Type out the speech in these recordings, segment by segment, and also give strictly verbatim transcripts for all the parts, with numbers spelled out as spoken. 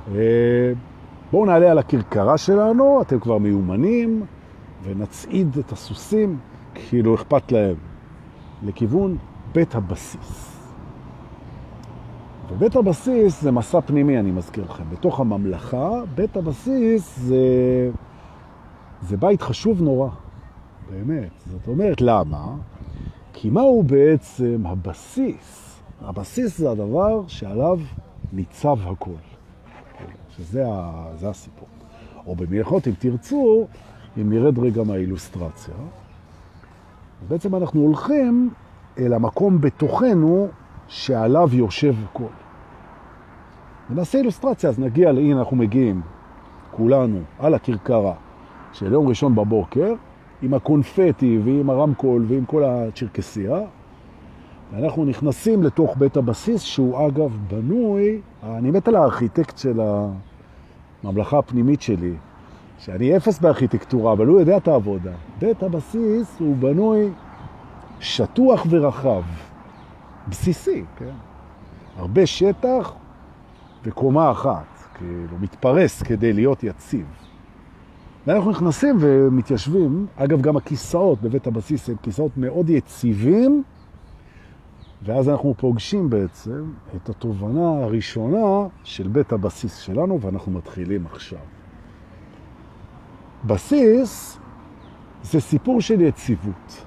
בואו נעלה על הכרכרה שלנו, אתם כבר מיומנים, ונצעיד את הסוסים, כאילו אכפת להם, לכיוון בית הבסיס. ובית הבסיס זה מסע פנימי, אני מזכיר לכם. בתוך הממלכה, בית הבסיס זה, זה בית חשוב נורא, באמת. זאת אומרת, למה? כי מהו בעצם הבסיס? הבסיס זה הדבר שעליו ניצב הכל. שזה ה, זה הסיפור. או במיוחד, אם תרצו, אם נרד רגע מהאילוסטרציה, בעצם אנחנו הולכים אל המקום בתוכנו שעליו יושב הכל. ונעשה אילוסטרציה, אז נגיע, הנה אנחנו מגיעים, כולנו, על הכרכרה של יום ראשון בבוקר, עם הקונפטי ועם הרמקול ועם כל הצ'רקסיה, ואנחנו נכנסים לתוך בית הבסיס, שהוא אגב בנוי, אני מת על הארכיטקט של הממלכה הפנימית שלי, שאני אפס בארכיטקטורה, אבל הוא יודע את העבודה. בית הבסיס הוא בנוי שטוח ורחב, בסיסי, כן? הרבה שטח וקומה אחת, כאילו מתפרס כדי להיות יציב. ואנחנו נכנסים ומתיישבים, אגב גם הכיסאות בבית הבסיס הם כיסאות מאוד יציבים, ואז אנחנו פוגשים בעצם את התובנה הראשונה של בית הבסיס שלנו, ואנחנו מתחילים עכשיו. בסיס זה סיפור של יציבות.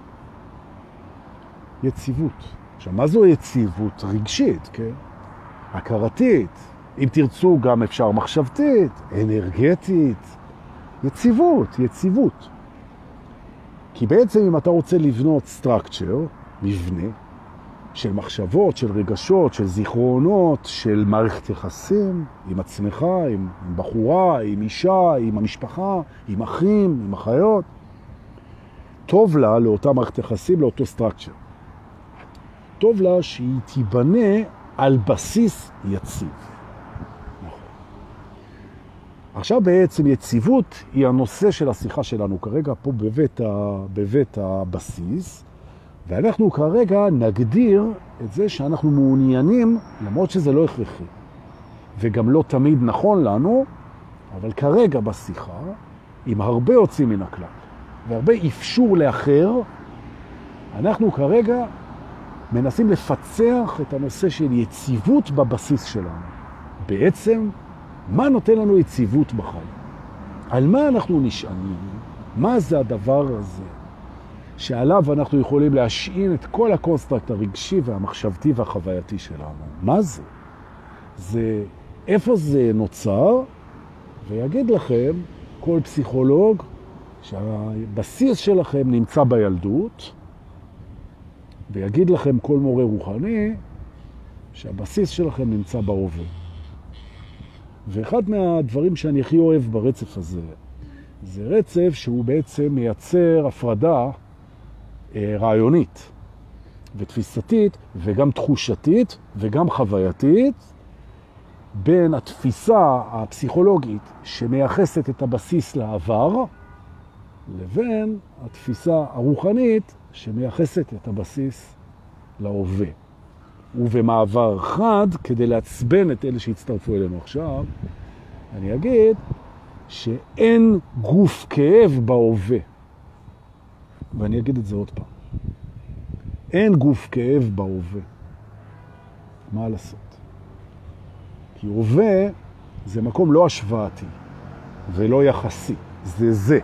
יציבות. עכשיו, מה זו יציבות? רגשית, כן? הכרתית. אם תרצו גם אפשר מחשבתית, אנרגטית. יציבות, יציבות. כי בעצם אם אתה רוצה לבנות סטרקצ'ר, מבנה, של מחשבות, של רגשות, של זיכרונות, של מערכת יחסים, עם עצמך, עם, עם בחורה, עם אישה, עם המשפחה, עם אחים, עם אחיות, טוב לה לאותה מערכת יחסים, לאותו סטרקצ'ר. טוב לה שהיא תיבנה על בסיס יציב. נכון. עכשיו בעצם יציבות היא הנושא של השיחה שלנו כרגע פה בבית, ה, בבית הבסיס, ואנחנו כרגע נגדיר את זה שאנחנו מעוניינים, למרות שזה לא הכרחי, וגם לא תמיד נכון לנו, אבל כרגע בשיחה, עם הרבה יוצאים מן הכלל, והרבה אפשור לאחר, אנחנו כרגע מנסים לפצח את הנושא של יציבות בבסיס שלנו. בעצם, מה נותן לנו יציבות בחיים? על מה אנחנו נשענים? מה זה הדבר הזה? שעליו אנחנו יכולים להשעין את כל הקונסטרקט הרגשי והמחשבתי והחווייתי שלנו. מה זה? זה איפה זה נוצר, ויגיד לכם כל פסיכולוג שהבסיס שלכם נמצא בילדות, ויגיד לכם כל מורה רוחני שהבסיס שלכם נמצא בהווה. ואחד מהדברים שאני הכי אוהב ברצף הזה, זה רצף שהוא בעצם מייצר הפרדה רעיונית ותפיסתית וגם תחושתית וגם חווייתית בין התפיסה הפסיכולוגית שמייחסת את הבסיס לעבר לבין התפיסה הרוחנית שמייחסת את הבסיס להווה. ובמעבר חד, כדי להצבן את אלה שהצטרפו אלינו עכשיו, אני אגיד שאין גוף כאב בהווה. ואני אגיד את זה עוד פעם. אין גוף כאב בהווה. מה לעשות? כי הווה זה מקום לא השוואתי ולא יחסי. זה זה.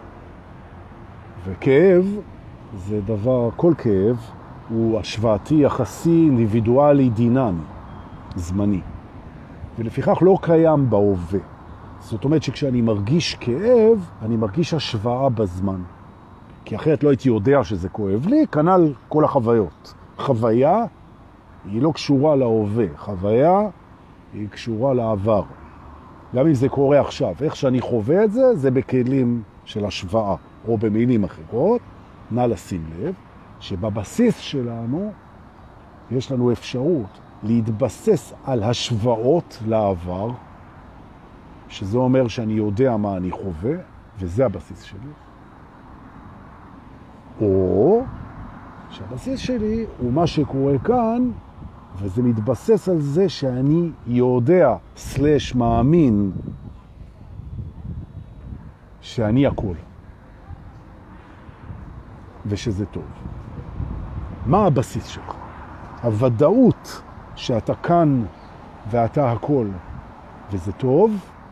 וכאב זה דבר, כל כאב הוא השוואתי, יחסי, אינדיבידואלי, דינמי, זמני. ולפיכך לא קיים בהווה. זאת אומרת שכשאני מרגיש כאב, אני מרגיש השוואה בזמן. כי אחרת לא הייתי יודע שזה כואב לי, כנ"ל כל החוויות. חוויה היא לא קשורה להווה, חוויה היא קשורה לעבר. גם אם זה קורה עכשיו, איך שאני חווה את זה, זה בכלים של השוואה, או במילים אחרות. נא לשים לב שבבסיס שלנו יש לנו אפשרות להתבסס על השוואות לעבר, שזה אומר שאני יודע מה אני חווה, וזה הבסיס שלי. או שהבסיס שלי הוא מה שקורה כאן וזה מתבסס על זה שאני יודע, סלש מאמין, שאני הכל. ושזה טוב. מה הבסיס שלך? הוודאות שאתה כאן ואתה הכל, וזה טוב,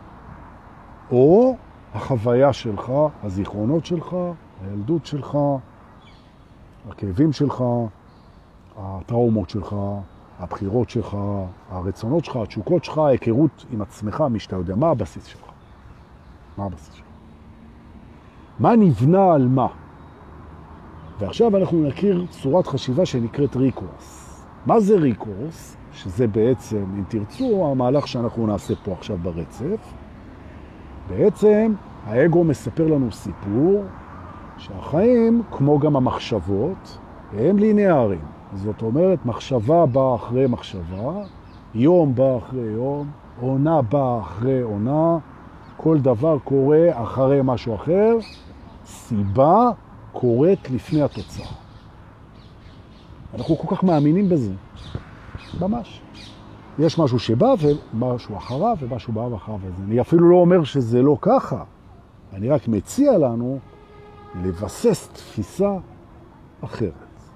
או החוויה שלך, הזיכרונות שלך, הילדות שלך, הכאבים שלך, הטראומות שלך, הבחירות שלך, הרצונות שלך, התשוקות שלך, ההיכרות עם עצמך, מי שאתה יודע. מה הבסיס שלך? מה הבסיס שלך? מה נבנה על מה? ועכשיו אנחנו נכיר צורת חשיבה שנקראת ריקורס. מה זה ריקורס? שזה בעצם, אם תרצו, המהלך שאנחנו נעשה פה עכשיו ברצף. בעצם האגו מספר לנו סיפור שהחיים, כמו גם המחשבות, הם ליניאריים. זאת אומרת, מחשבה באה אחרי מחשבה, יום בא אחרי יום, עונה באה אחרי עונה, כל דבר קורה אחרי משהו אחר, סיבה קורית לפני התוצאה. אנחנו כל כך מאמינים בזה. ממש. יש משהו שבא ומשהו אחריו ומשהו בא ואחריו. אני אפילו לא אומר שזה לא ככה. אני רק מציע לנו לבסס תפיסה אחרת.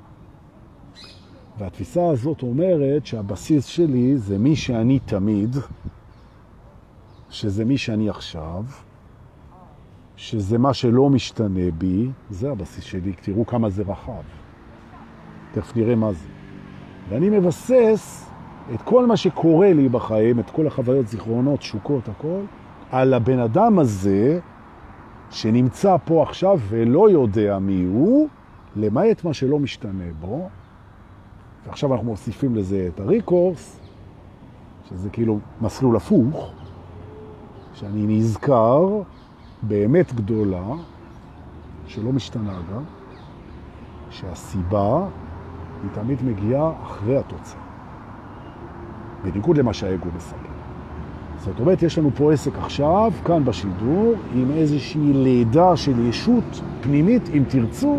והתפיסה הזאת אומרת שהבסיס שלי זה מי שאני תמיד, שזה מי שאני עכשיו, שזה מה שלא משתנה בי, זה הבסיס שלי, תראו כמה זה רחב. תכף נראה מה זה. ואני מבסס את כל מה שקורה לי בחיים, את כל החוויות, זיכרונות, שוקות, הכל, על הבן אדם הזה שנמצא פה עכשיו ולא יודע מי הוא, למעט מה שלא משתנה בו. ועכשיו אנחנו מוסיפים לזה את הריקורס, שזה כאילו מסלול הפוך, שאני נזכר באמת גדולה, שלא משתנה גם, שהסיבה היא תמיד מגיעה אחרי התוצאה. בניגוד למה שהאגו מספר. זאת אומרת, יש לנו פה עסק עכשיו, כאן בשידור, עם איזושהי לידה של ישות פנימית, אם תרצו,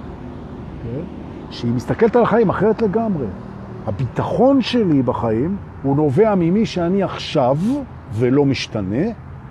שהיא מסתכלת על החיים אחרת לגמרי. הביטחון שלי בחיים הוא נובע ממי שאני עכשיו ולא משתנה,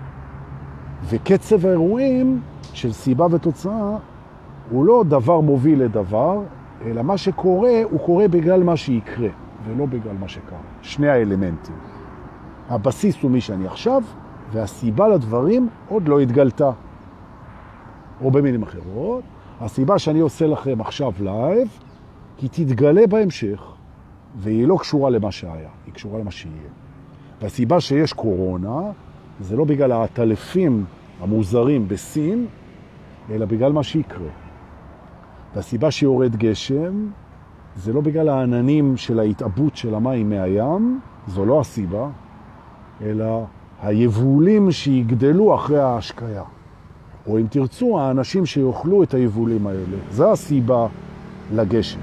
וקצב האירועים של סיבה ותוצאה הוא לא דבר מוביל לדבר, אלא מה שקורה הוא קורה בגלל מה שיקרה, ולא בגלל מה שקרה. שני האלמנטים. הבסיס הוא מי שאני עכשיו, והסיבה לדברים עוד לא התגלתה. או במילים אחרות, הסיבה שאני עושה לכם עכשיו לייב, היא תתגלה בהמשך, והיא לא קשורה למה שהיה, היא קשורה למה שיהיה. והסיבה שיש קורונה, זה לא בגלל הטלפים המוזרים בסין, אלא בגלל מה שיקרה. והסיבה שיורד גשם, זה לא בגלל העננים של ההתאבות של המים מהים, זו לא הסיבה, אלא היבולים שיגדלו אחרי ההשקיה. או אם תרצו, האנשים שיאכלו את היבולים האלה. זו הסיבה לגשם.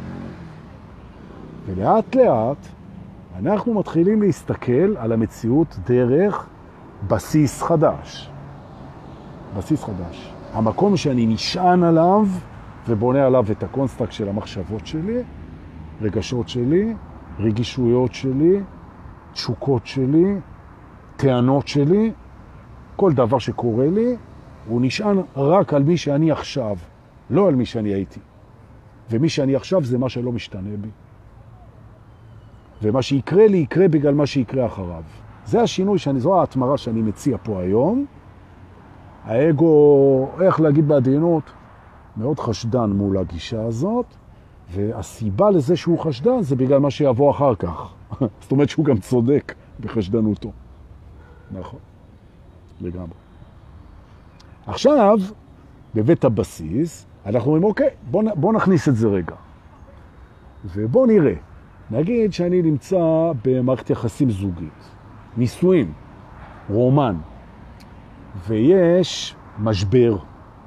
ולאט לאט אנחנו מתחילים להסתכל על המציאות דרך בסיס חדש. בסיס חדש. המקום שאני נשען עליו ובונה עליו את הקונסטרקט של המחשבות שלי, רגשות שלי, רגישויות שלי, תשוקות שלי, טענות שלי, כל דבר שקורה לי, הוא נשען רק על מי שאני עכשיו, לא על מי שאני הייתי. ומי שאני עכשיו זה מה שלא משתנה בי. ומה שיקרה לי יקרה בגלל מה שיקרה אחריו. זה השינוי, שאני, זו ההתמרה שאני מציע פה היום. האגו, איך להגיד בעדינות, מאוד חשדן מול הגישה הזאת, והסיבה לזה שהוא חשדן זה בגלל מה שיבוא אחר כך. זאת אומרת שהוא גם צודק בחשדנותו. נכון, לגמרי. עכשיו, בבית הבסיס, אנחנו אומרים, אוקיי, בוא, בוא נכניס את זה רגע. ובוא נראה. נגיד שאני נמצא במערכת יחסים זוגית, נישואים, רומן, ויש משבר.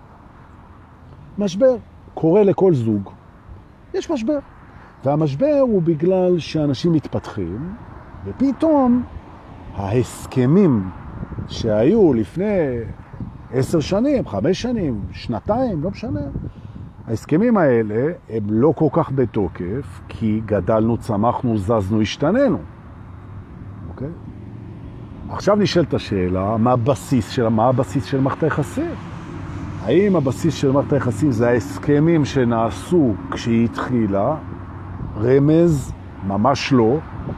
משבר קורה לכל זוג. יש משבר. והמשבר הוא בגלל שאנשים מתפתחים, ופתאום ההסכמים שהיו לפני עשר שנים, חמש שנים, שנתיים, לא משנה, ההסכמים האלה הם לא כל כך בתוקף, כי גדלנו, צמחנו, זזנו, השתננו. אוקיי? עכשיו נשאלת השאלה, מה הבסיס של, מה הבסיס של מערכת היחסים? האם הבסיס של מערכת היחסים זה ההסכמים שנעשו כשהיא התחילה? רמז, ממש לא.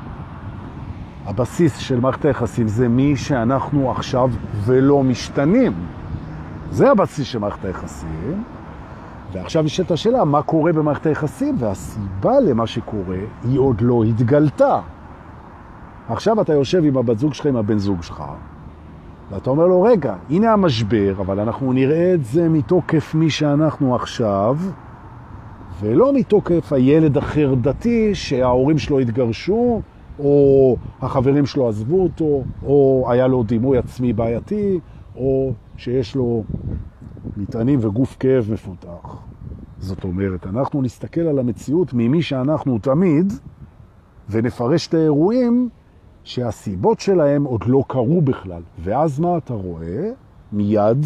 הבסיס של מערכת היחסים זה מי שאנחנו עכשיו ולא משתנים. זה הבסיס של מערכת היחסים. ועכשיו נשאלת השאלה, מה קורה במערכת היחסים? והסיבה למה שקורה היא עוד לא התגלתה. עכשיו אתה יושב עם הבת זוג שלך, עם הבן זוג שלך, ואתה אומר לו, רגע, הנה המשבר, אבל אנחנו נראה את זה מתוקף מי שאנחנו עכשיו, ולא מתוקף הילד אחר דתי שההורים שלו התגרשו, או החברים שלו עזבו אותו, או היה לו דימוי עצמי בעייתי, או שיש לו מטענים וגוף כאב מפותח. זאת אומרת, אנחנו נסתכל על המציאות ממי שאנחנו תמיד, ונפרש את האירועים שהסיבות שלהם עוד לא קרו בכלל. ואז מה אתה רואה? מיד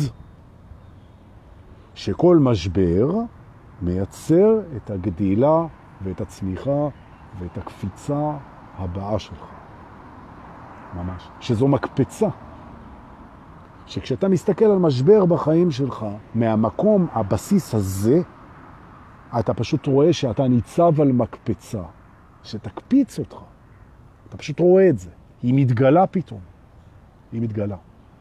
שכל משבר מייצר את הגדילה ואת הצמיחה ואת הקפיצה הבאה שלך. ממש. שזו מקפצה. שכשאתה מסתכל על משבר בחיים שלך, מהמקום, הבסיס הזה, אתה פשוט רואה שאתה ניצב על מקפצה, שתקפיץ אותך. אתה פשוט רואה את זה. היא מתגלה פתאום. היא מתגלה.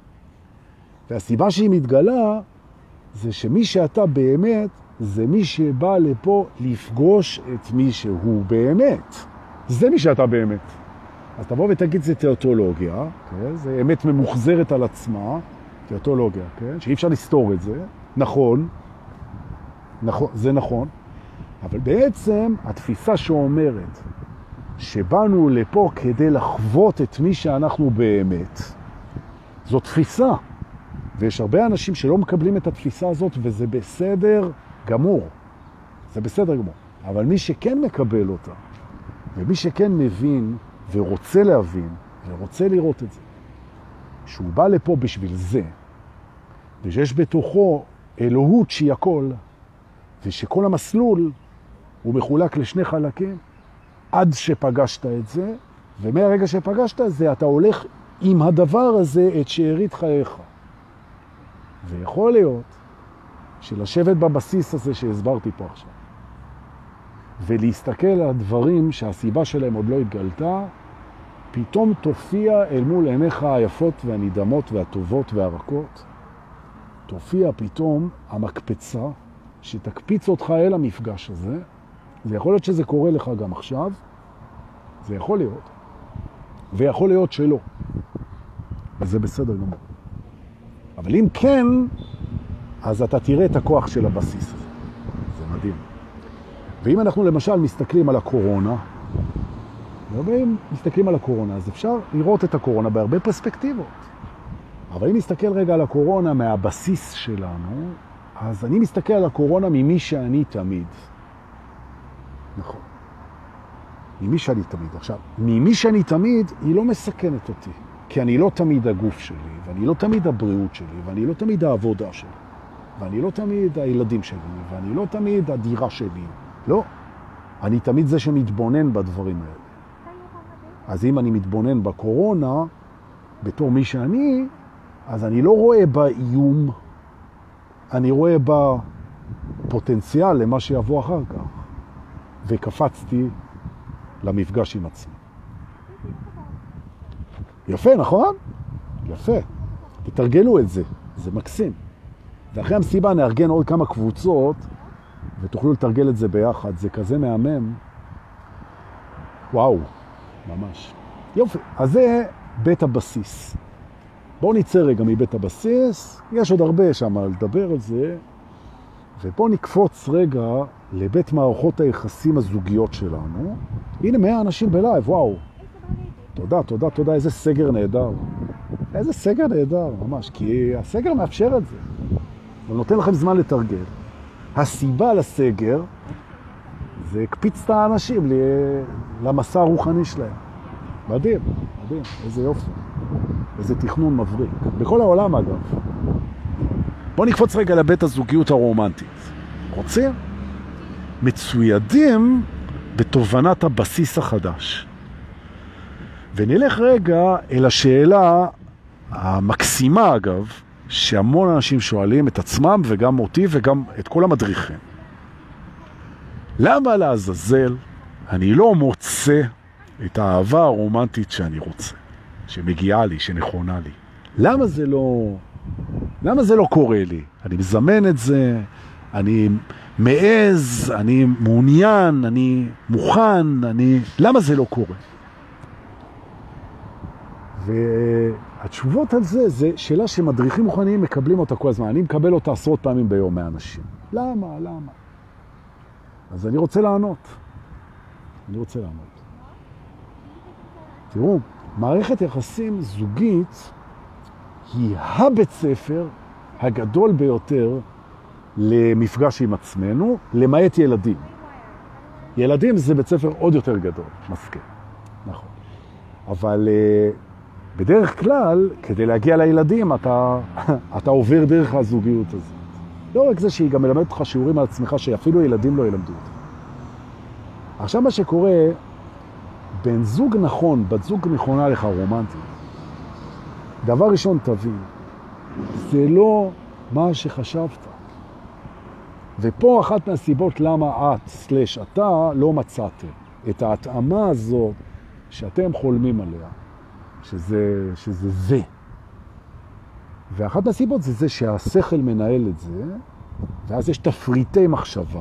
והסיבה שהיא מתגלה, זה שמי שאתה באמת, זה מי שבא לפה לפגוש את מי שהוא באמת. זה מי שאתה באמת. אז תבוא ותגיד, זה תיאוטולוגיה, כן? זה אמת ממוחזרת על עצמה, תיאוטולוגיה, כן? שאי אפשר לסתור את זה. נכון, נכון, זה נכון, אבל בעצם התפיסה שאומרת שבאנו לפה כדי לחוות את מי שאנחנו באמת, זו תפיסה. ויש הרבה אנשים שלא מקבלים את התפיסה הזאת, וזה בסדר גמור. זה בסדר גמור. אבל מי שכן מקבל אותה, ומי שכן מבין ורוצה להבין, ורוצה לראות את זה, שהוא בא לפה בשביל זה, ושיש בתוכו אלוהות שהיא הכל, ושכל המסלול הוא מחולק לשני חלקים, עד שפגשת את זה, ומהרגע שפגשת את זה, אתה הולך עם הדבר הזה את שארית חייך. ויכול להיות שלשבת בבסיס הזה שהסברתי פה עכשיו, ולהסתכל על הדברים שהסיבה שלהם עוד לא התגלתה, פתאום תופיע אל מול עיניך היפות והנדמות והטובות והרכות, תופיע פתאום המקפצה שתקפיץ אותך אל המפגש הזה. זה יכול להיות שזה קורה לך גם עכשיו, זה יכול להיות, ויכול להיות שלא. וזה בסדר גמור. אבל אם כן, אז אתה תראה את הכוח של הבסיס הזה. זה מדהים. ואם אנחנו למשל מסתכלים על הקורונה, ואם מסתכלים על הקורונה, אז אפשר לראות את הקורונה בהרבה פרספקטיבות. אבל אם נסתכל רגע על הקורונה מהבסיס שלנו, אז אני מסתכל על הקורונה ממי שאני תמיד. נכון. ממי שאני תמיד. עכשיו, ממי שאני תמיד, היא לא מסכנת אותי. כי אני לא תמיד הגוף שלי, ואני לא תמיד הבריאות שלי, ואני לא תמיד העבודה שלי, ואני לא תמיד הילדים שלי, ואני לא תמיד הדירה שלי. לא. אני תמיד זה שמתבונן בדברים האלה. אז אם אני מתבונן בקורונה, בתור מי שאני, אז אני לא רואה בה איום, אני רואה בה פוטנציאל למה שיבוא אחר כך. וקפצתי למפגש עם עצמי. יפה, נכון? יפה. תתרגלו את זה, זה מקסים. ואחרי המסיבה נארגן עוד כמה קבוצות, ותוכלו לתרגל את זה ביחד. זה כזה מהמם. וואו, ממש. יופי. אז זה בית הבסיס. בואו נצא רגע מבית הבסיס. יש עוד הרבה שם לדבר על זה. ובואו נקפוץ רגע לבית מערכות היחסים הזוגיות שלנו. הנה מאה אנשים בלייב, וואו. תודה, תודה, תודה. איזה סגר נהדר. איזה סגר נהדר, ממש. כי הסגר מאפשר את זה. הוא נותן לכם זמן לתרגל. הסיבה לסגר זה הקפיץ את האנשים למסע הרוחני שלהם. מדהים, מדהים. איזה יופי. איזה תכנון מבריק. בכל העולם אגב. בואו נקפוץ רגע לבית הזוגיות הרומנטית. רוצים? מצוידים בתובנת הבסיס החדש. ונלך רגע אל השאלה המקסימה, אגב, שהמון אנשים שואלים את עצמם וגם אותי וגם את כל המדריכים. למה לעזאזל אני לא מוצא את האהבה הרומנטית שאני רוצה, שמגיעה לי, שנכונה לי? למה זה לא, למה זה לא קורה לי? אני מזמן את זה, אני מעז, אני מעוניין, אני מוכן, אני... למה זה לא קורה? והתשובות על זה, זה שאלה שמדריכים מוכנים מקבלים אותה כל הזמן. אני מקבל אותה עשרות פעמים ביום מאנשים. למה? למה? אז אני רוצה לענות. אני רוצה לענות. תראו, מערכת יחסים זוגית היא הבית ספר הגדול ביותר למפגש עם עצמנו, למעט ילדים. ילדים זה בית ספר עוד יותר גדול, מסכים. נכון. אבל uh, בדרך כלל, כדי להגיע לילדים, אתה, אתה עובר דרך הזוגיות הזאת. לא רק זה שהיא גם מלמדת לך שיעורים על עצמך, שאפילו ילדים לא ילמדו אותך. עכשיו מה שקורה, בן זוג נכון, בת זוג נכונה לך רומנטית, דבר ראשון תבין, זה לא מה שחשבת. ופה אחת מהסיבות למה את, סלש אתה, לא מצאתם את ההתאמה הזאת שאתם חולמים עליה, שזה, שזה זה. ואחת מהסיבות זה זה שהשכל מנהל את זה, ואז יש תפריטי מחשבה.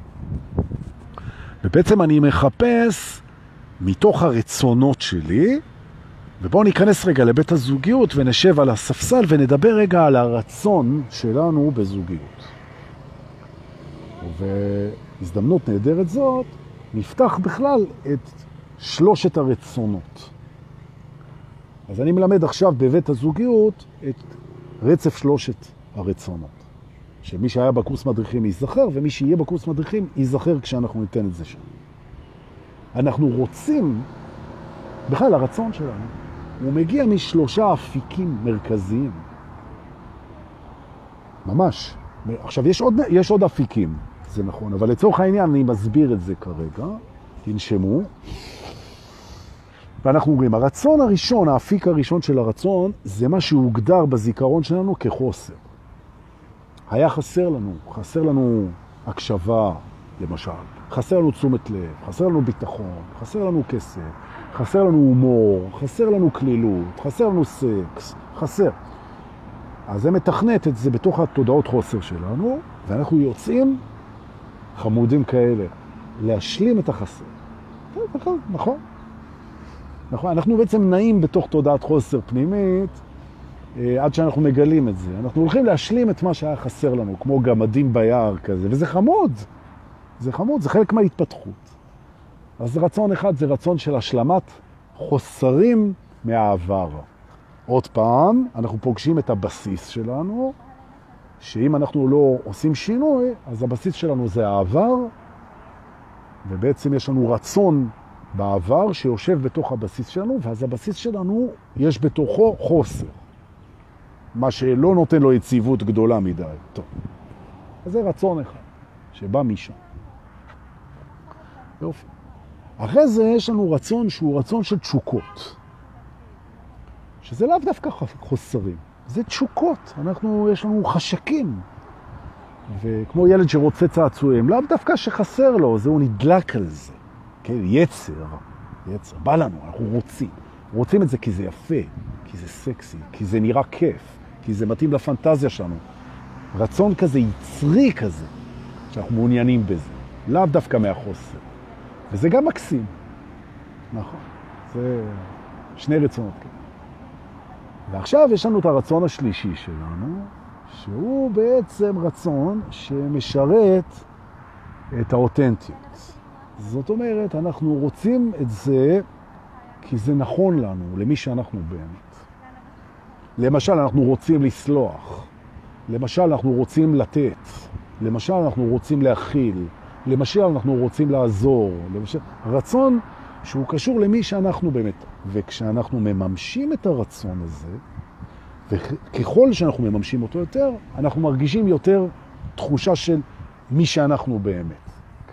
ובעצם אני מחפש מתוך הרצונות שלי, ובואו ניכנס רגע לבית הזוגיות ונשב על הספסל ונדבר רגע על הרצון שלנו בזוגיות. ובהזדמנות נהדרת זאת, נפתח בכלל את שלושת הרצונות. אז אני מלמד עכשיו בבית הזוגיות את רצף שלושת הרצונות. שמי שהיה בקורס מדריכים ייזכר, ומי שיהיה בקורס מדריכים ייזכר כשאנחנו ניתן את זה שם. אנחנו רוצים, בכלל הרצון שלנו, הוא מגיע משלושה אפיקים מרכזיים. ממש. עכשיו, יש עוד, יש עוד אפיקים, זה נכון, אבל לצורך העניין אני מסביר את זה כרגע. תנשמו. ואנחנו אומרים, הרצון הראשון, האפיק הראשון של הרצון, זה מה שהוגדר בזיכרון שלנו כחוסר. היה חסר לנו, חסר לנו הקשבה, למשל. חסר לנו תשומת לב, חסר לנו ביטחון, חסר לנו כסף, חסר לנו הומור, חסר לנו כלילות, חסר לנו סקס, חסר. אז זה מתכנת את זה בתוך התודעות חוסר שלנו, ואנחנו יוצאים חמודים כאלה, להשלים את החסר. נכון, נכון. נכון, אנחנו בעצם נעים בתוך תודעת חוסר פנימית, עד שאנחנו מגלים את זה. אנחנו הולכים להשלים את מה שהיה חסר לנו, כמו גמדים ביער כזה, וזה חמוד. זה חמוד, זה חלק מההתפתחות. אז רצון אחד זה רצון של השלמת חוסרים מהעבר. עוד פעם, אנחנו פוגשים את הבסיס שלנו, שאם אנחנו לא עושים שינוי, אז הבסיס שלנו זה העבר, ובעצם יש לנו רצון בעבר שיושב בתוך הבסיס שלנו, ואז הבסיס שלנו יש בתוכו חוסר. מה שלא נותן לו יציבות גדולה מדי. טוב. אז זה רצון אחד, שבא משם. יופי. אחרי זה יש לנו רצון שהוא רצון של תשוקות. שזה לאו דווקא חוסרים. זה תשוקות. אנחנו, יש לנו חשקים. וכמו ילד שרוצה צעצועים, לאו דווקא שחסר לו, זה הוא נדלק על זה. כן, יצר. יצר. בא לנו, אנחנו רוצים. רוצים את זה כי זה יפה, כי זה סקסי, כי זה נראה כיף, כי זה מתאים לפנטזיה שלנו. רצון כזה, יצרי כזה, שאנחנו מעוניינים בזה. לאו דווקא מהחוסר. וזה גם מקסים. נכון. זה שני רצונות כאלה. ועכשיו יש לנו את הרצון השלישי שלנו, שהוא בעצם רצון שמשרת את האותנטיות. זאת אומרת, אנחנו רוצים את זה כי זה נכון לנו, למי שאנחנו באמת. למשל, אנחנו רוצים לסלוח. למשל, אנחנו רוצים לתת. למשל, אנחנו רוצים להכיל. למשל, אנחנו רוצים לעזור. למשל, רצון שהוא קשור למי שאנחנו באמת. וכשאנחנו מממשים את הרצון הזה, וככל שאנחנו מממשים אותו יותר, אנחנו מרגישים יותר תחושה של מי שאנחנו באמת.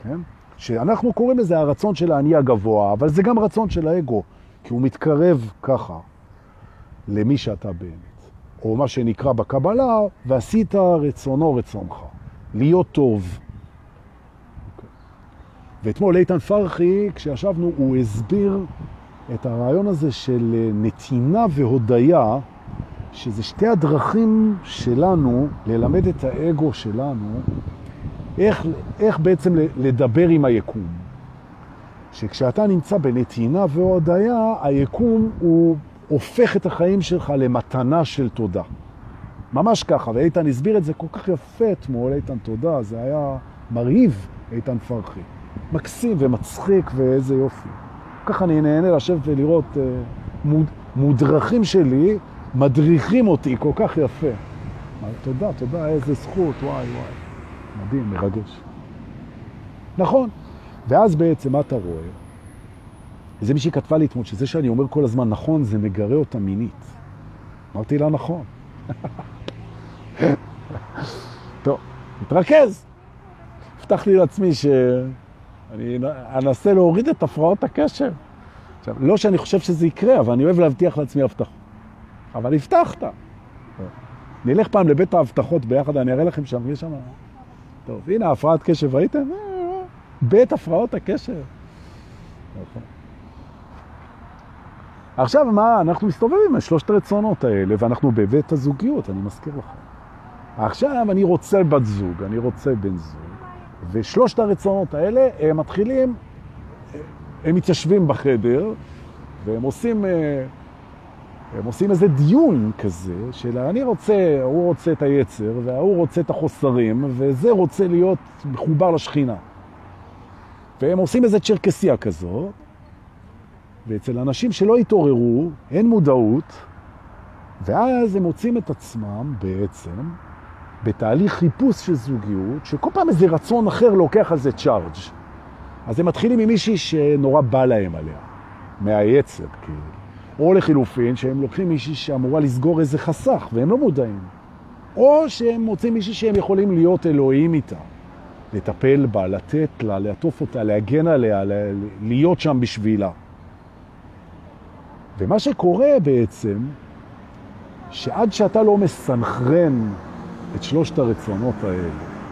כן? שאנחנו קוראים לזה הרצון של האני הגבוה, אבל זה גם רצון של האגו, כי הוא מתקרב ככה למי שאתה באמת. או מה שנקרא בקבלה, ועשית רצונו רצונך. להיות טוב. Okay. ואתמול איתן פרחי, כשישבנו, הוא הסביר את הרעיון הזה של נתינה והודיה, שזה שתי הדרכים שלנו ללמד את האגו שלנו, איך, איך בעצם לדבר עם היקום. שכשאתה נמצא בנתינה והודיה, היקום הוא הופך את החיים שלך למתנה של תודה. ממש ככה, ואיתן הסביר את זה כל כך יפה אתמול, איתן תודה, זה היה מרהיב, איתן פרחי. מקסים ומצחיק ואיזה יופי. ככה אני נהנה לשבת ולראות uh, מוד, מודרכים שלי, מדריכים אותי כל כך יפה. תודה, תודה, איזה זכות, וואי וואי. מדהים, מרגש. נכון. ואז בעצם מה אתה רואה? וזה מי שכתבה לי אתמול, שזה שאני אומר כל הזמן נכון, זה מגרה אותה מינית. אמרתי לה נכון. טוב, מתרכז. הבטח לי לעצמי שאני אנסה להוריד את הפרעות הקשר. עכשיו, לא שאני חושב שזה יקרה, אבל אני אוהב להבטיח לעצמי הבטח. אבל הבטחת. נלך פעם לבית ההבטחות ביחד, אני אראה לכם שם, יש שם... טוב, הנה, הפרעת קשב, ראיתם? בית הפרעות הקשר. נכון. עכשיו מה, אנחנו מסתובבים עם שלושת הרצונות האלה, ואנחנו בבית הזוגיות, אני מזכיר לכם. עכשיו אני רוצה בת זוג, אני רוצה בן זוג, ושלושת הרצונות האלה הם מתחילים, הם מתיישבים בחדר, והם עושים, הם עושים איזה דיון כזה, של אני רוצה, הוא רוצה את היצר, והוא רוצה את החוסרים, וזה רוצה להיות מחובר לשכינה. והם עושים איזה צ'רקסיה כזו, ואצל אנשים שלא התעוררו, אין מודעות, ואז הם מוצאים את עצמם בעצם בתהליך חיפוש של זוגיות, שכל פעם איזה רצון אחר לוקח על זה צ'ארג'. אז הם מתחילים עם מישהי שנורא בא להם עליה, מהיצר, כאילו. או לחילופין, שהם לוקחים מישהי שאמורה לסגור איזה חסך, והם לא מודעים. או שהם מוצאים מישהי שהם יכולים להיות אלוהים איתה. לטפל בה, לתת לה, לעטוף אותה, להגן עליה, להיות שם בשבילה. ומה שקורה בעצם, שעד שאתה לא מסנכרן את שלושת הרצונות האלה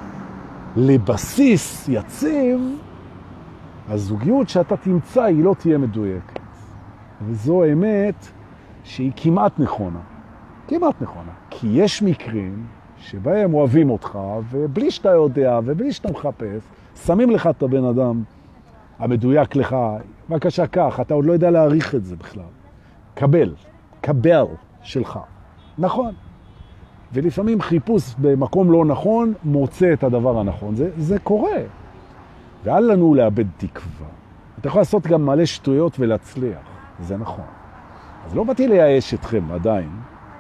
לבסיס יציב, הזוגיות שאתה תמצא היא לא תהיה מדויקת. וזו האמת שהיא כמעט נכונה. כמעט נכונה. כי יש מקרים שבהם אוהבים אותך, ובלי שאתה יודע ובלי שאתה מחפש, שמים לך את הבן אדם המדויק לך. בבקשה כך, אתה עוד לא יודע להעריך את זה בכלל. קבל, קבל שלך. נכון. ולפעמים חיפוש במקום לא נכון מוצא את הדבר הנכון. זה, זה קורה. ואל לנו לאבד תקווה. אתה יכול לעשות גם מלא שטויות ולהצליח. זה נכון. אז לא באתי לייאש אתכם עדיין.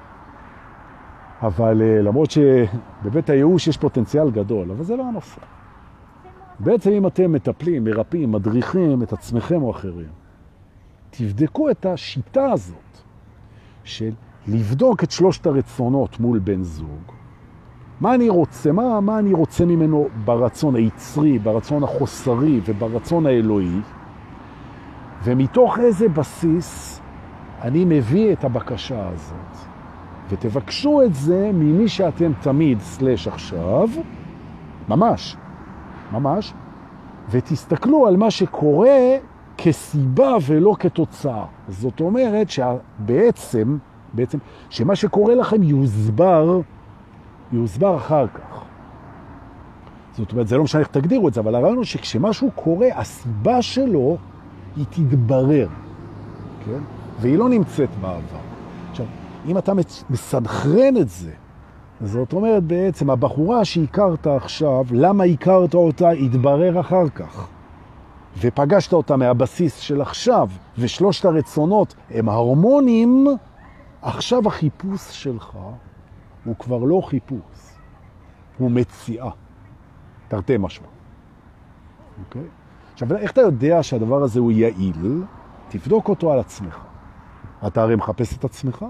אבל למרות שבבית הייאוש יש פוטנציאל גדול, אבל זה לא הנושא. בעצם אם אתם מטפלים, מרפאים, מדריכים את עצמכם או אחרים, תבדקו את השיטה הזאת של לבדוק את שלושת הרצונות מול בן זוג. מה אני רוצה, מה, מה אני רוצה ממנו ברצון היצרי, ברצון החוסרי וברצון האלוהי, ומתוך איזה בסיס אני מביא את הבקשה הזאת. ותבקשו את זה ממי שאתם תמיד סלש עכשיו, ממש, ממש, ותסתכלו על מה שקורה כסיבה ולא כתוצאה. זאת אומרת שבעצם, בעצם, שמה שקורה לכם יוסבר, יוסבר אחר כך. זאת אומרת, זה לא משנה איך תגדירו את זה, אבל הרעיון הוא שכשמשהו קורה, הסיבה שלו היא תתברר, כן? והיא לא נמצאת בעבר. עכשיו, אם אתה מסנכרן את זה, זאת אומרת בעצם הבחורה שהכרת עכשיו, למה הכרת אותה, יתברר אחר כך. ופגשת אותה מהבסיס של עכשיו, ושלושת הרצונות הם הרמונים, עכשיו החיפוש שלך הוא כבר לא חיפוש, הוא מציאה. תרתי משמע. אוקיי? עכשיו, איך אתה יודע שהדבר הזה הוא יעיל? תבדוק אותו על עצמך. אתה הרי מחפש את עצמך.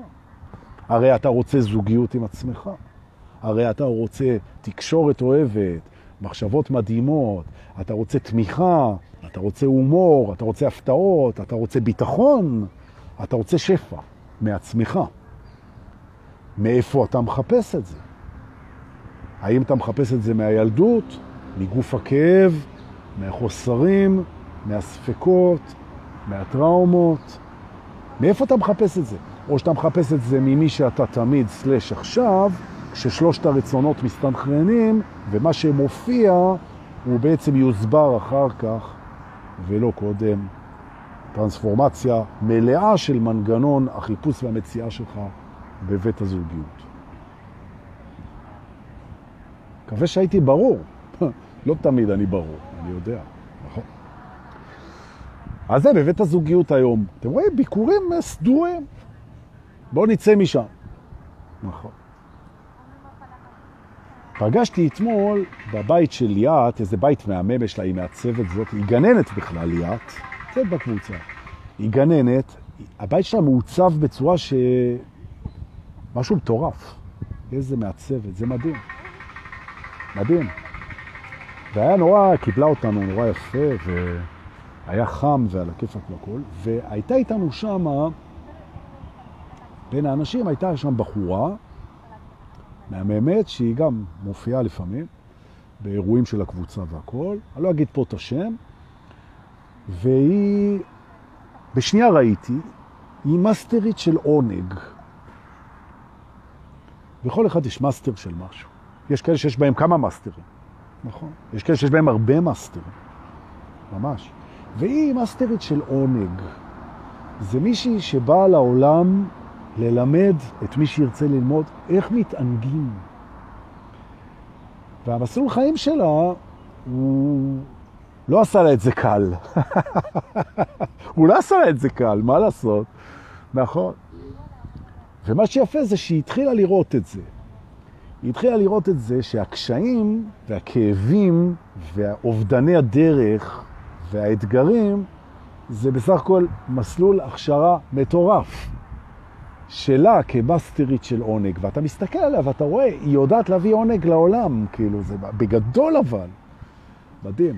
הרי אתה רוצה זוגיות עם עצמך. הרי אתה רוצה תקשורת אוהבת, מחשבות מדהימות, אתה רוצה תמיכה, אתה רוצה הומור, אתה רוצה הפתעות, אתה רוצה ביטחון, אתה רוצה שפע מעצמך. מאיפה אתה מחפש את זה? האם אתה מחפש את זה מהילדות, מגוף הכאב, מהחוסרים, מהספקות, מהטראומות? מאיפה אתה מחפש את זה? או שאתה מחפש את זה ממי שאתה תמיד סלש עכשיו, כששלושת הרצונות מסתנכרנים, ומה שמופיע הוא בעצם יוסבר אחר כך ולא קודם. טרנספורמציה מלאה של מנגנון החיפוש והמציאה שלך בבית הזוגיות. מקווה שהייתי ברור. לא תמיד אני ברור, אני יודע. נכון. אז זה בבית הזוגיות היום. אתם רואים? ביקורים סדורים. בואו נצא משם. נכון. פגשתי אתמול בבית של ליאת, איזה בית מהמם שלה, היא מעצבת זאת, היא גננת בכלל ליאת, קצת בקבוצה. היא גננת, הבית שלה מעוצב בצורה ש... משהו מטורף. איזה מעצבת, זה מדהים. מדהים. והיה נורא, קיבלה אותנו נורא יפה, והיה חם ועל הכיפק והכל, והייתה איתנו שם, בין האנשים הייתה שם בחורה, מהממת, שהיא גם מופיעה לפעמים, באירועים של הקבוצה והכל, אני לא אגיד פה את השם, והיא, בשנייה ראיתי, היא מאסטרית של עונג. בכל אחד יש מאסטר של משהו. יש כאלה שיש בהם כמה מאסטרים, נכון? יש כאלה שיש בהם הרבה מאסטרים, ממש. והיא מאסטרית של עונג. זה מישהי שבאה לעולם ללמד את מי שירצה ללמוד איך מתענגים. והמסלול חיים שלה, הוא לא עשה לה את זה קל. הוא לא עשה לה את זה קל, מה לעשות? נכון. ומה שיפה זה שהיא התחילה לראות את זה. היא התחילה לראות את זה שהקשיים והכאבים והאובדני הדרך והאתגרים זה בסך הכל מסלול הכשרה מטורף שלה כמאסטרית של עונג. ואתה מסתכל עליה ואתה רואה, היא יודעת להביא עונג לעולם, כאילו זה בגדול אבל. מדהים.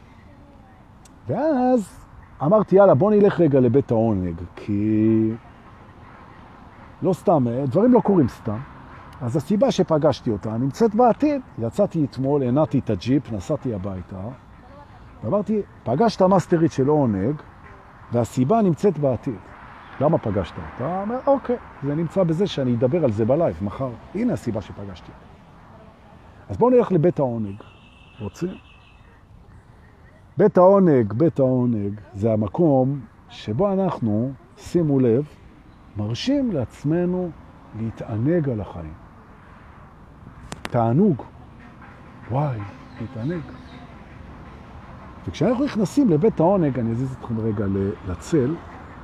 ואז אמרתי, יאללה, בוא נלך רגע לבית העונג, כי לא סתם, דברים לא קורים סתם. אז הסיבה שפגשתי אותה נמצאת בעתיד. יצאתי אתמול, הנעתי את הג'יפ, נסעתי הביתה, ואמרתי, פגשת מאסטרית של עונג, והסיבה נמצאת בעתיד. למה פגשת אותה? אומר, אוקיי, זה נמצא בזה שאני אדבר על זה בלייב מחר. הנה הסיבה שפגשתי. אז בואו נלך לבית העונג. רוצים? בית העונג, בית העונג, זה המקום שבו אנחנו, שימו לב, מרשים לעצמנו להתענג על החיים. תענוג. וואי, להתענג. וכשאנחנו נכנסים לבית העונג, אני אזיז אתכם רגע לצל,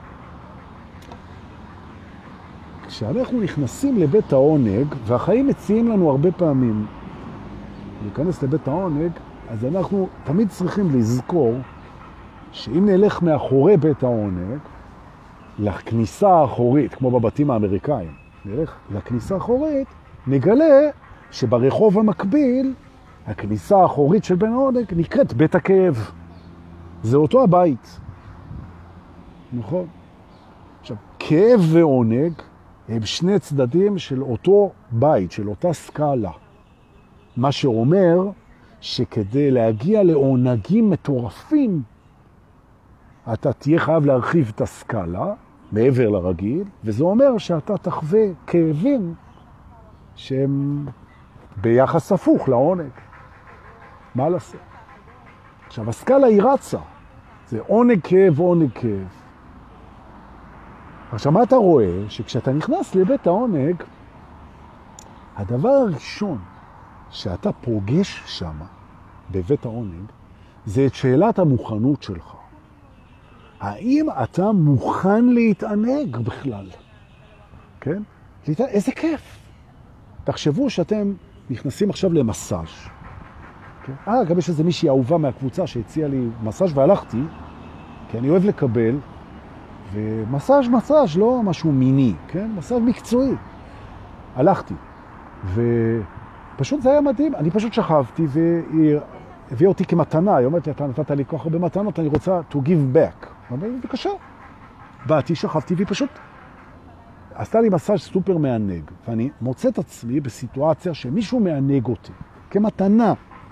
כשאנחנו נכנסים לבית העונג, והחיים מציעים לנו הרבה פעמים להיכנס לבית העונג, אז אנחנו תמיד צריכים לזכור שאם נלך מאחורי בית העונג, לכניסה האחורית, כמו בבתים האמריקאים, נלך לכניסה האחורית, נגלה שברחוב המקביל, הכניסה האחורית של בית העונג נקראת בית הכאב. זה אותו הבית. נכון? עכשיו, כאב ועונג הם שני צדדים של אותו בית, של אותה סקאלה. מה שאומר שכדי להגיע לעונגים מטורפים, אתה תהיה חייב להרחיב את הסקאלה מעבר לרגיל, וזה אומר שאתה תחווה כאבים שהם ביחס הפוך לעונג. מה לעשות? עכשיו, הסקאלה היא רצה. זה עונג כאב, עונג כאב. עכשיו, מה אתה רואה? שכשאתה נכנס לבית העונג, הדבר הראשון שאתה פוגש שם, בבית העונג, זה את שאלת המוכנות שלך. האם אתה מוכן להתענג בכלל? כן? איזה כיף. תחשבו שאתם נכנסים עכשיו למסאז'. כן? אה, גם יש איזה מישהי אהובה מהקבוצה שהציעה לי מסאז' והלכתי, כי אני אוהב לקבל, ומסאז' מסאז' לא משהו מיני, כן? מסאז' מקצועי. הלכתי, פשוט זה היה מדהים. אני פשוט שכבתי והיא הביאה אותי כמתנה. היא אומרת לי, אתה נתת לי כל כך הרבה מתנות, אני רוצה to give back. אמרתי, בבקשה. באתי, שכבתי והיא פשוט עשתה לי מסאז' סופר מענג. ואני מוצא את עצמי בסיטואציה שמישהו מענג אותי כמתנה.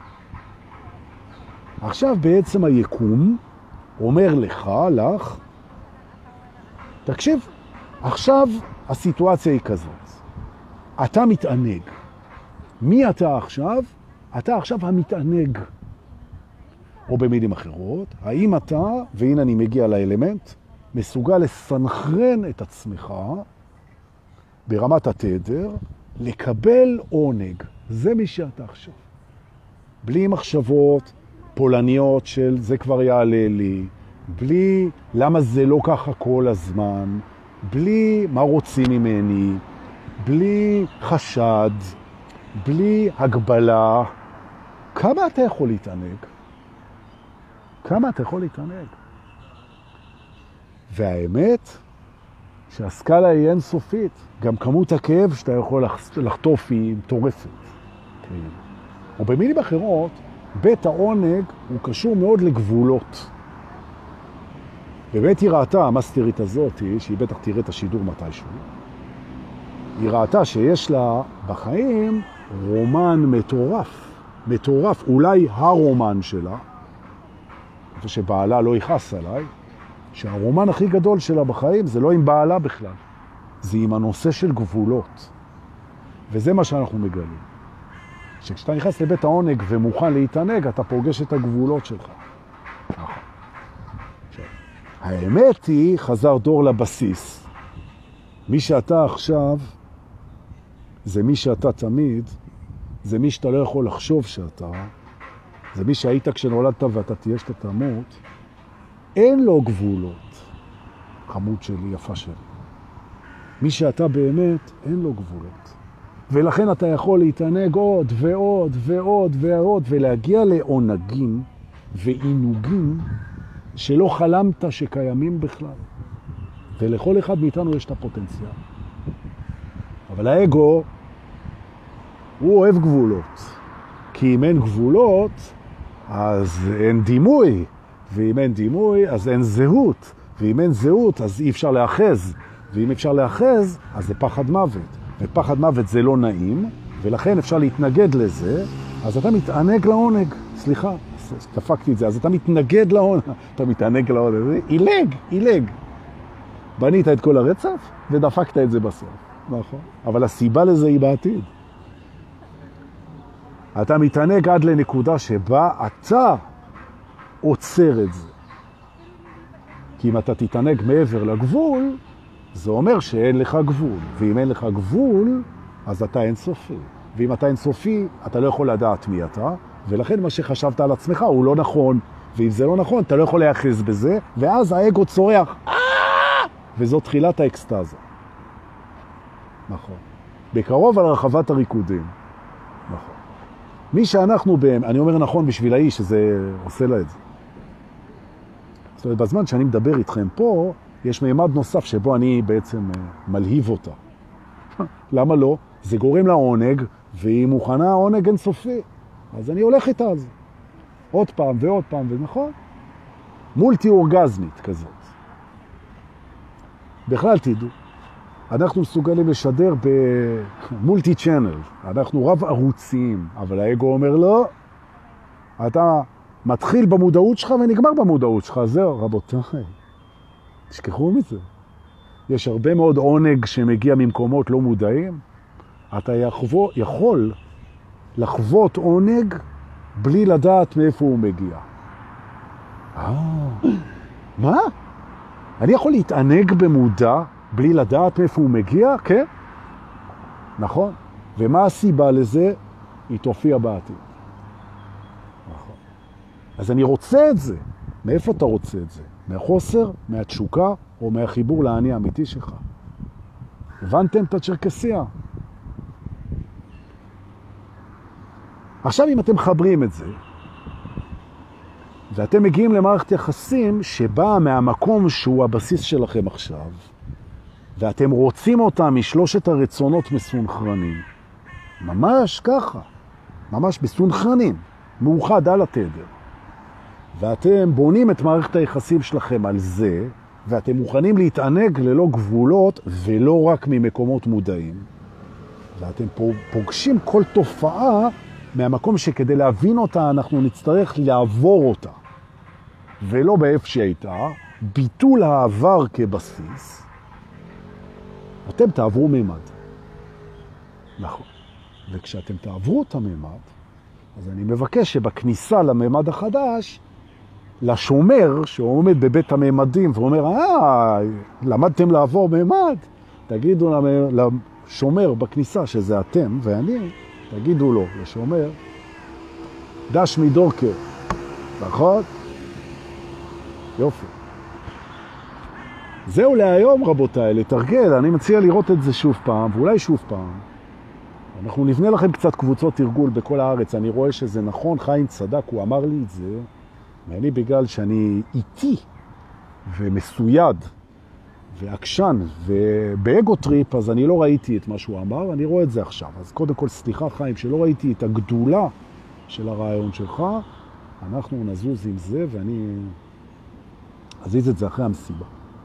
עכשיו בעצם היקום אומר לך, לך, תקשיב, עכשיו הסיטואציה היא כזאת. אתה מתענג. מי אתה עכשיו? אתה עכשיו המתענג. או במילים אחרות, האם אתה, והנה אני מגיע לאלמנט, מסוגל לסנכרן את עצמך ברמת התדר, לקבל עונג. זה מי שאתה עכשיו. בלי מחשבות פולניות של זה כבר יעלה לי, בלי למה זה לא ככה כל הזמן, בלי מה רוצים ממני, בלי חשד, בלי הגבלה. כמה אתה יכול להתענג? כמה אתה יכול להתענג? והאמת שהסקאלה היא אינסופית. גם כמות הכאב שאתה יכול לחטוף היא מטורפת. או במילים אחרות, בית העונג הוא קשור מאוד לגבולות. באמת היא ראתה, המסטרית הזאת, שהיא בטח תראה את השידור מתישהו, היא ראתה שיש לה בחיים רומן מטורף. מטורף, אולי הרומן שלה, ושבעלה לא יכעס עליי, שהרומן הכי גדול שלה בחיים זה לא עם בעלה בכלל, זה עם הנושא של גבולות. וזה מה שאנחנו מגלים. שכשאתה נכנס לבית העונג ומוכן להתענג, אתה פוגש את הגבולות שלך. האמת היא, חזר דור לבסיס. מי שאתה עכשיו, זה מי שאתה תמיד, זה מי שאתה לא יכול לחשוב שאתה, זה מי שהיית כשנולדת ואתה תהיה שאתה תמות, אין לו גבולות. חמוד שלי, יפה שלי. מי שאתה באמת, אין לו גבולות. ולכן אתה יכול להתענג עוד ועוד ועוד ועוד, ולהגיע לעונגים ועינוגים שלא חלמת שקיימים בכלל. ולכל אחד מאיתנו יש את הפוטנציאל. אבל האגו, הוא אוהב גבולות. כי אם אין גבולות, אז אין דימוי. ואם אין דימוי, אז אין זהות. ואם אין זהות, אז אי אפשר לאחז. ואם אפשר לאחז, אז זה פחד מוות. ופחד מוות זה לא נעים, ולכן אפשר להתנגד לזה, אז אתה מתענג לעונג. סליחה, דפקתי את זה. אז אתה מתנגד לעונג. אתה מתענג לעונג. אילג, אילג. בנית את כל הרצף, ודפקת את זה בסוף. נכון. אבל הסיבה לזה היא בעתיד. אתה מתענג עד לנקודה שבה אתה עוצר את זה. כי אם אתה תתענג מעבר לגבול, זה אומר שאין לך גבול. ואם אין לך גבול, אז אתה אינסופי. ואם אתה אינסופי, אתה לא יכול לדעת מי אתה, ולכן מה שחשבת על עצמך הוא לא נכון. ואם זה לא נכון, אתה לא יכול להיאחז בזה, ואז האגו צורח. וזו תחילת האקסטאזה. נכון. בקרוב על רחבת הריקודים. נכון. מי שאנחנו בהם, אני אומר נכון בשביל האיש שזה עושה לה את זה. זאת אומרת, בזמן שאני מדבר איתכם פה, יש מימד נוסף שבו אני בעצם מלהיב אותה. למה לא? זה גורם לה עונג, והיא מוכנה עונג אינסופי. אז אני הולך איתה על זה. עוד פעם ועוד פעם, ונכון? מולטי אורגזמית כזאת. בכלל תדעו, אנחנו מסוגלים לשדר במולטי צ'אנל, אנחנו רב ערוציים, אבל האגו אומר לא, אתה מתחיל במודעות שלך ונגמר במודעות שלך, זהו רבותיי, תשכחו מזה. יש הרבה מאוד עונג שמגיע ממקומות לא מודעים, אתה יחוו, יכול לחוות עונג בלי לדעת מאיפה הוא מגיע. אה, מה? אני יכול להתענג במודע בלי לדעת מאיפה הוא מגיע? כן? נכון. ומה הסיבה לזה? היא תופיע בעתיד. נכון. אז אני רוצה את זה. מאיפה אתה רוצה את זה? מהחוסר, מהתשוקה, או מהחיבור לעני האמיתי שלך? הבנתם את הצ'רקסיה? עכשיו אם אתם מחברים את זה, ואתם מגיעים למערכת יחסים שבאה מהמקום שהוא הבסיס שלכם עכשיו, ואתם רוצים אותה משלושת הרצונות מסונכרנים. ממש ככה. ממש בסונכרנים, מאוחד על התדר. ואתם בונים את מערכת היחסים שלכם על זה, ואתם מוכנים להתענג ללא גבולות ולא רק ממקומות מודעים. ואתם פוגשים כל תופעה מהמקום שכדי להבין אותה אנחנו נצטרך לעבור אותה. ולא באיפה שהייתה, ביטול העבר כבסיס, אתם תעברו מימד. נכון. וכשאתם תעברו את המימד, אז אני מבקש שבכניסה למימד החדש, לשומר שעומד בבית המימדים ואומר, אה, למדתם לעבור מימד, תגידו לשומר בכניסה שזה אתם ואני, תגידו לו, לשומר, דש מדורקר, נכון? יופי. זהו להיום רבותיי, לתרגל, אני מציע לראות את זה שוב פעם, ואולי שוב פעם. אנחנו נבנה לכם קצת קבוצות תרגול בכל הארץ, אני רואה שזה נכון, חיים צדק, הוא אמר לי את זה, ואני בגלל שאני איטי ומסויד ואקשן ובאגו טריפ, אז אני לא ראיתי את מה שהוא אמר, אני רואה את זה עכשיו. אז קודם כל סליחה חיים, שלא ראיתי את הגדולה של הרעיון שלך, אנחנו נזוז עם זה ואני אזיז את זה אחרי המסיבה.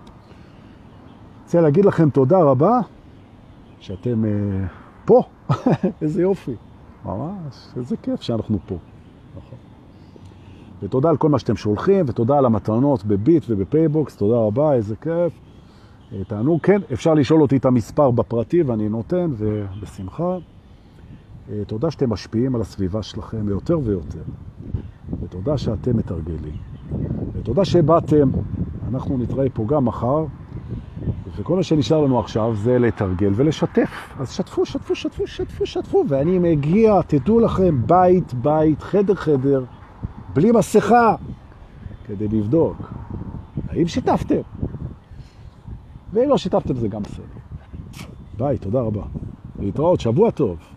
רוצה להגיד לכם תודה רבה שאתם אה, פה, איזה יופי, ממש, איזה כיף שאנחנו פה. נכון. ותודה על כל מה שאתם שולחים, ותודה על המתנות בביט ובפייבוקס, תודה רבה, איזה כיף. תענו, כן, אפשר לשאול אותי את המספר בפרטי ואני נותן, ובשמחה. תודה שאתם משפיעים על הסביבה שלכם יותר ויותר. ותודה שאתם מתרגלים. ותודה שבאתם, אנחנו נתראה פה גם מחר, וכל מה שנשאר לנו עכשיו זה לתרגל ולשתף. אז שתפו, שתפו, שתפו, שתפו, שתפו, ואני מגיע, תדעו לכם, בית, בית, חדר, חדר, בלי מסכה, כדי לבדוק. האם שיתפתם? ואם לא שיתפתם זה גם בסדר. ביי, תודה רבה. להתראות, שבוע טוב.